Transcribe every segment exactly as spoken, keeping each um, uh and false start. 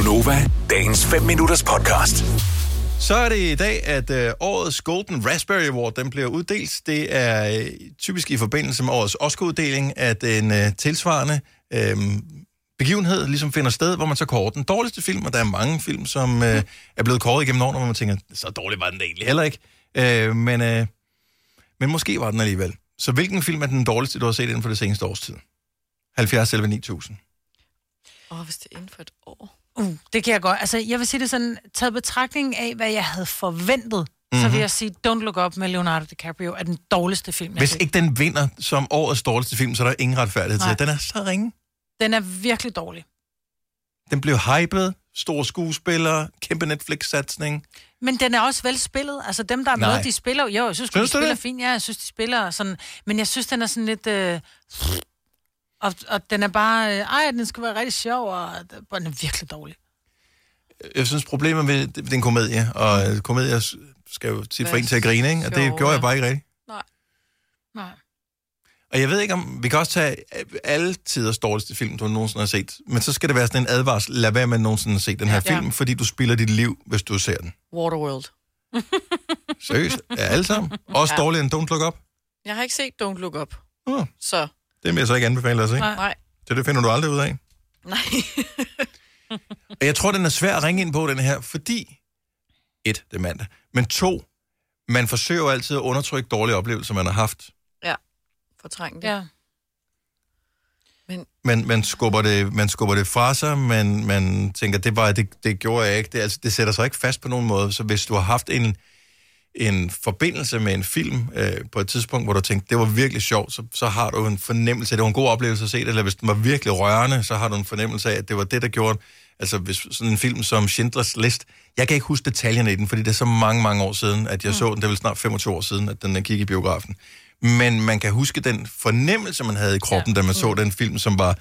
Gonova, dagens fem minutters podcast. Så er det i dag, at øh, årets Golden Raspberry Award, den bliver uddelt. Det er øh, typisk i forbindelse med årets Oscar-uddeling, at en øh, tilsvarende øh, begivenhed ligesom finder sted, hvor man så kårer den dårligste film, og der er mange film, som øh, er blevet kåret igennem årene, hvor man tænker, så dårlig var den egentlig heller ikke. Øh, men, øh, men måske var den alligevel. Så hvilken film er den dårligste, du har set inden for det seneste års tid? halvfjerds elleve ni tusind. Åh, oh, hvis det er inden for et år. Uh, det kan jeg godt. Altså, jeg vil sige det sådan, taget betragtning af, hvad jeg havde forventet, mm-hmm. så vil jeg sige, Don't Look Up med Leonardo DiCaprio er den dårligste film, jeg Hvis ikke den vinder som årets dårligste film, så er der ingen retfærdighed til. Den er så ringe. Den er virkelig dårlig. Den blev hypet, store skuespillere, kæmpe Netflix-satsning. Men den er også vel spillet. Altså dem, der er Nej. med, de spiller jo. Jeg synes, synes de spiller fint. Ja, jeg synes, de spiller sådan. Men jeg synes, den er sådan lidt... Øh... Og, og den er bare... Øh... Ej, den skal være rigtig sjov, og den er virkelig dårlig. Jeg synes, problemet med det er en komedie, og øh, komedier skal jo tit få en til at grine, ikke? Og det gjorde jeg bare ikke rigtigt. Nej. Nej. Og jeg ved ikke om... Vi kan også tage alle tiders dårligste film, du nogensinde har set. Men så skal det være sådan en advarsel. Lad være med nogensinde at se den her Ja. film, fordi du spilder dit liv, hvis du ser den. Waterworld. Seriøst? Ja, alle sammen? Også Ja. dårligere end Don't Look Up? Jeg har ikke set Don't Look Up. Uh, Så, det vil jeg så ikke anbefale dig at se. Nej. nej. Så det finder du aldrig ud af. Nej. Og jeg tror, den er svær at ringe ind på, den her, fordi... Et, det er mandag. Men to, man forsøger jo altid at undertrykke dårlige oplevelser, man har haft. Ja. Fortræng det. Ja. Men Man, man, skubber det, man skubber det fra sig, men man tænker, det, var, det, det gjorde jeg ikke. Det, altså, det sætter sig ikke fast på nogen måde. Så hvis du har haft en, en forbindelse med en film øh, på et tidspunkt, hvor du tænkte, det var virkelig sjovt, så, så har du en fornemmelse af, det var en god oplevelse at se det, eller hvis den var virkelig rørende, så har du en fornemmelse af, at det var det, der gjorde. Altså hvis sådan en film som Schindlers List, jeg kan ikke huske detaljerne i den, fordi det er så mange, mange år siden, at jeg mm. så den. Det er vel snart femogtyve år siden, at den gik i biografen. Men man kan huske den fornemmelse, man havde i kroppen, ja. da man så den film, som var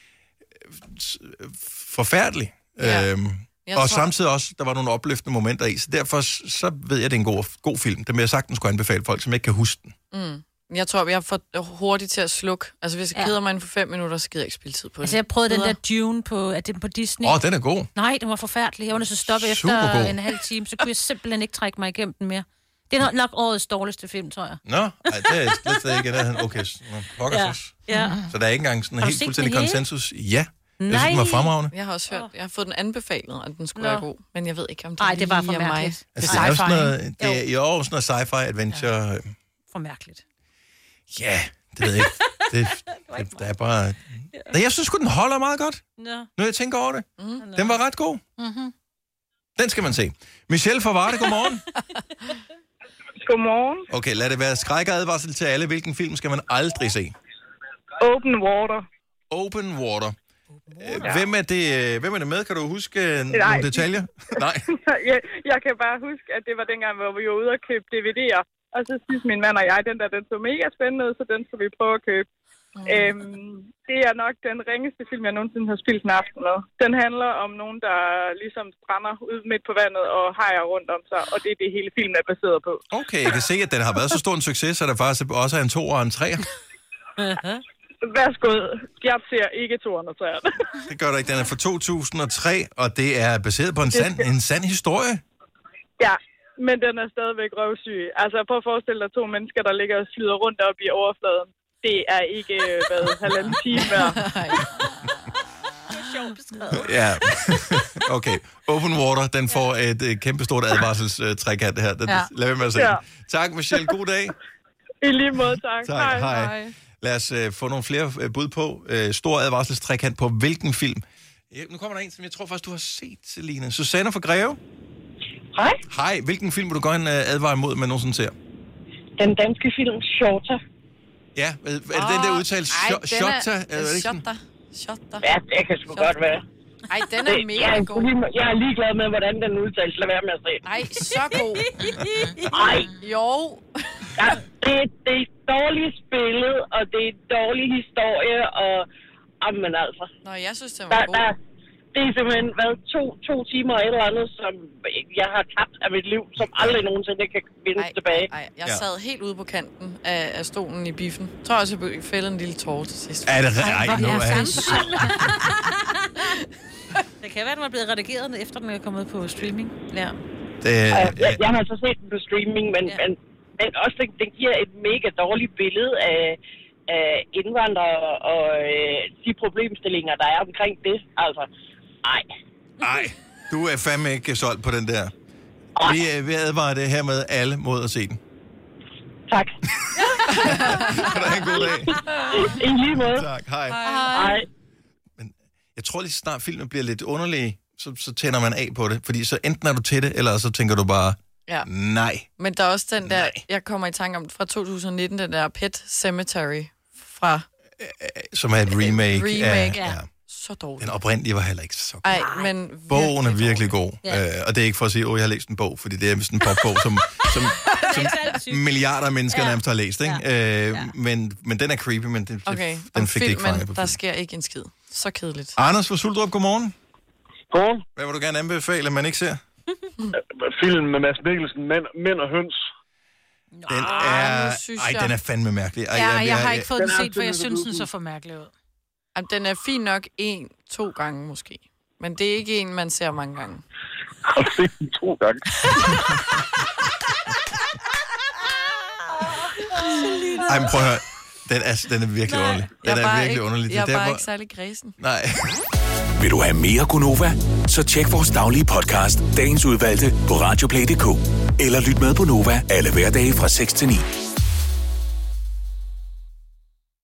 forfærdelig. Ja. Øhm, og tror... samtidig også, der var nogle opløftende momenter i, så derfor så ved jeg, at det er en god, god film. Det vil jeg sagtens skulle anbefale folk, som ikke kan huske den. Mm. Jeg tror, jeg er for hurtigt til at slukke. Altså, hvis jeg Ja. keder mig inden for fem minutter, så gider jeg ikke spille tid på det. Altså, jeg prøvede den der Dune på, er det på Disney. Åh, oh, den er god. Nej, den var forfærdelig. Jeg var nødt til at stoppe efter Supergod. en halv time, så kunne jeg simpelthen ikke trække mig igennem den mere. Det er nok årets dårligste film, tror jeg. Nå, ej, det er lidt stadig ikke der. Okay, Pegasus. Ja. Ja. Så der er ikke engang sådan en Har du helt set fuldstændig den hele? konsensus. Ja, jeg Nej. synes, den var fremragende. Jeg har også hørt, jeg har fået den anbefalet, at den skulle Nå. være god. Men jeg ved ikke, om det, Nej, det var lige for er mig. mærkeligt. Altså, Det det er er jo sci-fi, sådan noget, det er jo sådan noget sci-fi adventure. Ja, For mærkeligt. ja det ved jeg ikke. Det, det, der er bare... Nej, jeg synes sgu, den holder meget godt, Nå. når jeg tænker over det. Mm. Den var ret god. Mm-hmm. Den skal man se. Michelle fra Varde, godmorgen. Godmorgen. Okay, lad det være skræk og advarsel til alle. Hvilken film skal man aldrig se? Open Water. Open Water. Øh, Hvem er det, øh, hvem er det med? Kan du huske øh, Nej. nogle detaljer? Nej. jeg, jeg kan bare huske, at det var dengang, hvor vi var ude og købe D V D'er. Og så synes min mand og jeg, den der, den så mega spændende ud, så den skal vi prøve at købe. Mm. Øhm, det er nok den ringeste film, jeg nogensinde har spillet en aften med. Den handler om nogen, der ligesom strander ud midt på vandet og hajer rundt om sig, og det er det hele filmen er baseret på. Okay, jeg kan se, at den har været så stor en succes, at der faktisk også er en to og en tre. Værsgo, jeg ser ikke to og tre. Det gør der ikke. Den er fra to tusind og tre, og det er baseret på en sand, en sand historie. Ja, men den er stadigvæk røvsyg. Altså, prøv at forestille dig to mennesker, der ligger og flyder rundt op i overfladen. Det er ikke, hvad, halvanden time værd. Ja, okay. Open Water, den får et, et kæmpestort advarselstrækant her. Den, Ja. Lad være med at se Ja. den. Tak, Michelle. God dag. I lige måde, tak. Tak, hej. hej. Lad os uh, få nogle flere uh, bud på. Uh, stor advarselstrækant på hvilken film. Ja, nu kommer der en, som jeg tror faktisk, du har set, Selina. Susanne fra Greve. Hej. Hej, hvilken film vil du gerne uh, advare imod, man nogensinde ser? Den danske film Shorter. Ja, er det oh, den der udtale? Shota? Shota. Shota. Ja, det kan sgu godt være. Ej, den er mega jeg, er, god. jeg er ligeglad med, hvordan den udtales. Lad være med at se den. Ej, så god. Nej. Jo. Ja, det, det er dårligt spillet, og det er dårlig historie, og... Jamen altså. Nå, jeg synes, den Der, var god. der, det er simpelthen været to, to timer et eller andet, som jeg har tabt af mit liv, som aldrig nogensinde kan vindes Ej, tilbage. ej, jeg Ja. sad helt ude på kanten af, af stolen i biffen. Jeg tror også, jeg fældede en lille tårer til sidst. Er det rigtigt? Nu er Det kan være, at den er blevet redigeret, efter den er kommet på streaming. Ja. Det, Jeg, ja. jeg har så set den på streaming, men, Ja. men, men også den, den giver et mega dårligt billede af, af indvandrere og øh, de problemstillinger, der er omkring det. Altså, nej. Ej, du er fandme ikke solgt på den der. Vi, øh, vi advarer det her med alle mod at se den. Tak. Kan du have en god dag? I lige måde. Tak, hej. Hej. Men jeg tror lige så snart filmen bliver lidt underlig, så, så tænder man af på det. Fordi så enten er du til det, eller så tænker du bare, Ja. nej. Men der er også den der, Nej. jeg kommer i tanke om fra to tusind nitten, den der Pet Cemetery fra Som er et remake, remake, af... ja. Ja. Så dårligt. Den oprindelige var heller ikke så god. Ej, men Bogen er virkelig virkelig god, Ja. øh, og det er ikke for at sige, at jeg har læst en bog, fordi det er sådan en popbog, som, som, som milliarder af mennesker ja. nærmest har læst, ikke? Ja. Øh, men, men den er creepy, men det, Okay, den om fik det ikke filmen, fanget på der film. sker ikke en skid. Så kedeligt. Anders fra Suldrup, godmorgen. Godmorgen. Hvad vil du gerne anbefale, at man ikke ser? Film med Mads Mikkelsen, Mænd, Mænd og Høns. Den Ah, nu er... synes Ej, jeg- den er fandme mærkelig. Ej, Ja, jeg har ikke fået den Den er set, for jeg simpelthen synes, den så så for mærkelig ud. Jamen, den er fin nok en, to gange måske. Men det er ikke en, man ser mange gange. Har set den to gange. Ej, men prøv at høre. Den er, den er virkelig Nej, underlig. jeg Den er er bare virkelig ikke, underlig. Det Jeg er der, bare hvor- ikke særlig græsen. Nej. Vil du have mere Gunova? Så tjek vores daglige podcast, dagens udvalgte, på radioplay punktum d k. Eller lyt med på Nova alle hverdage fra seks til ni.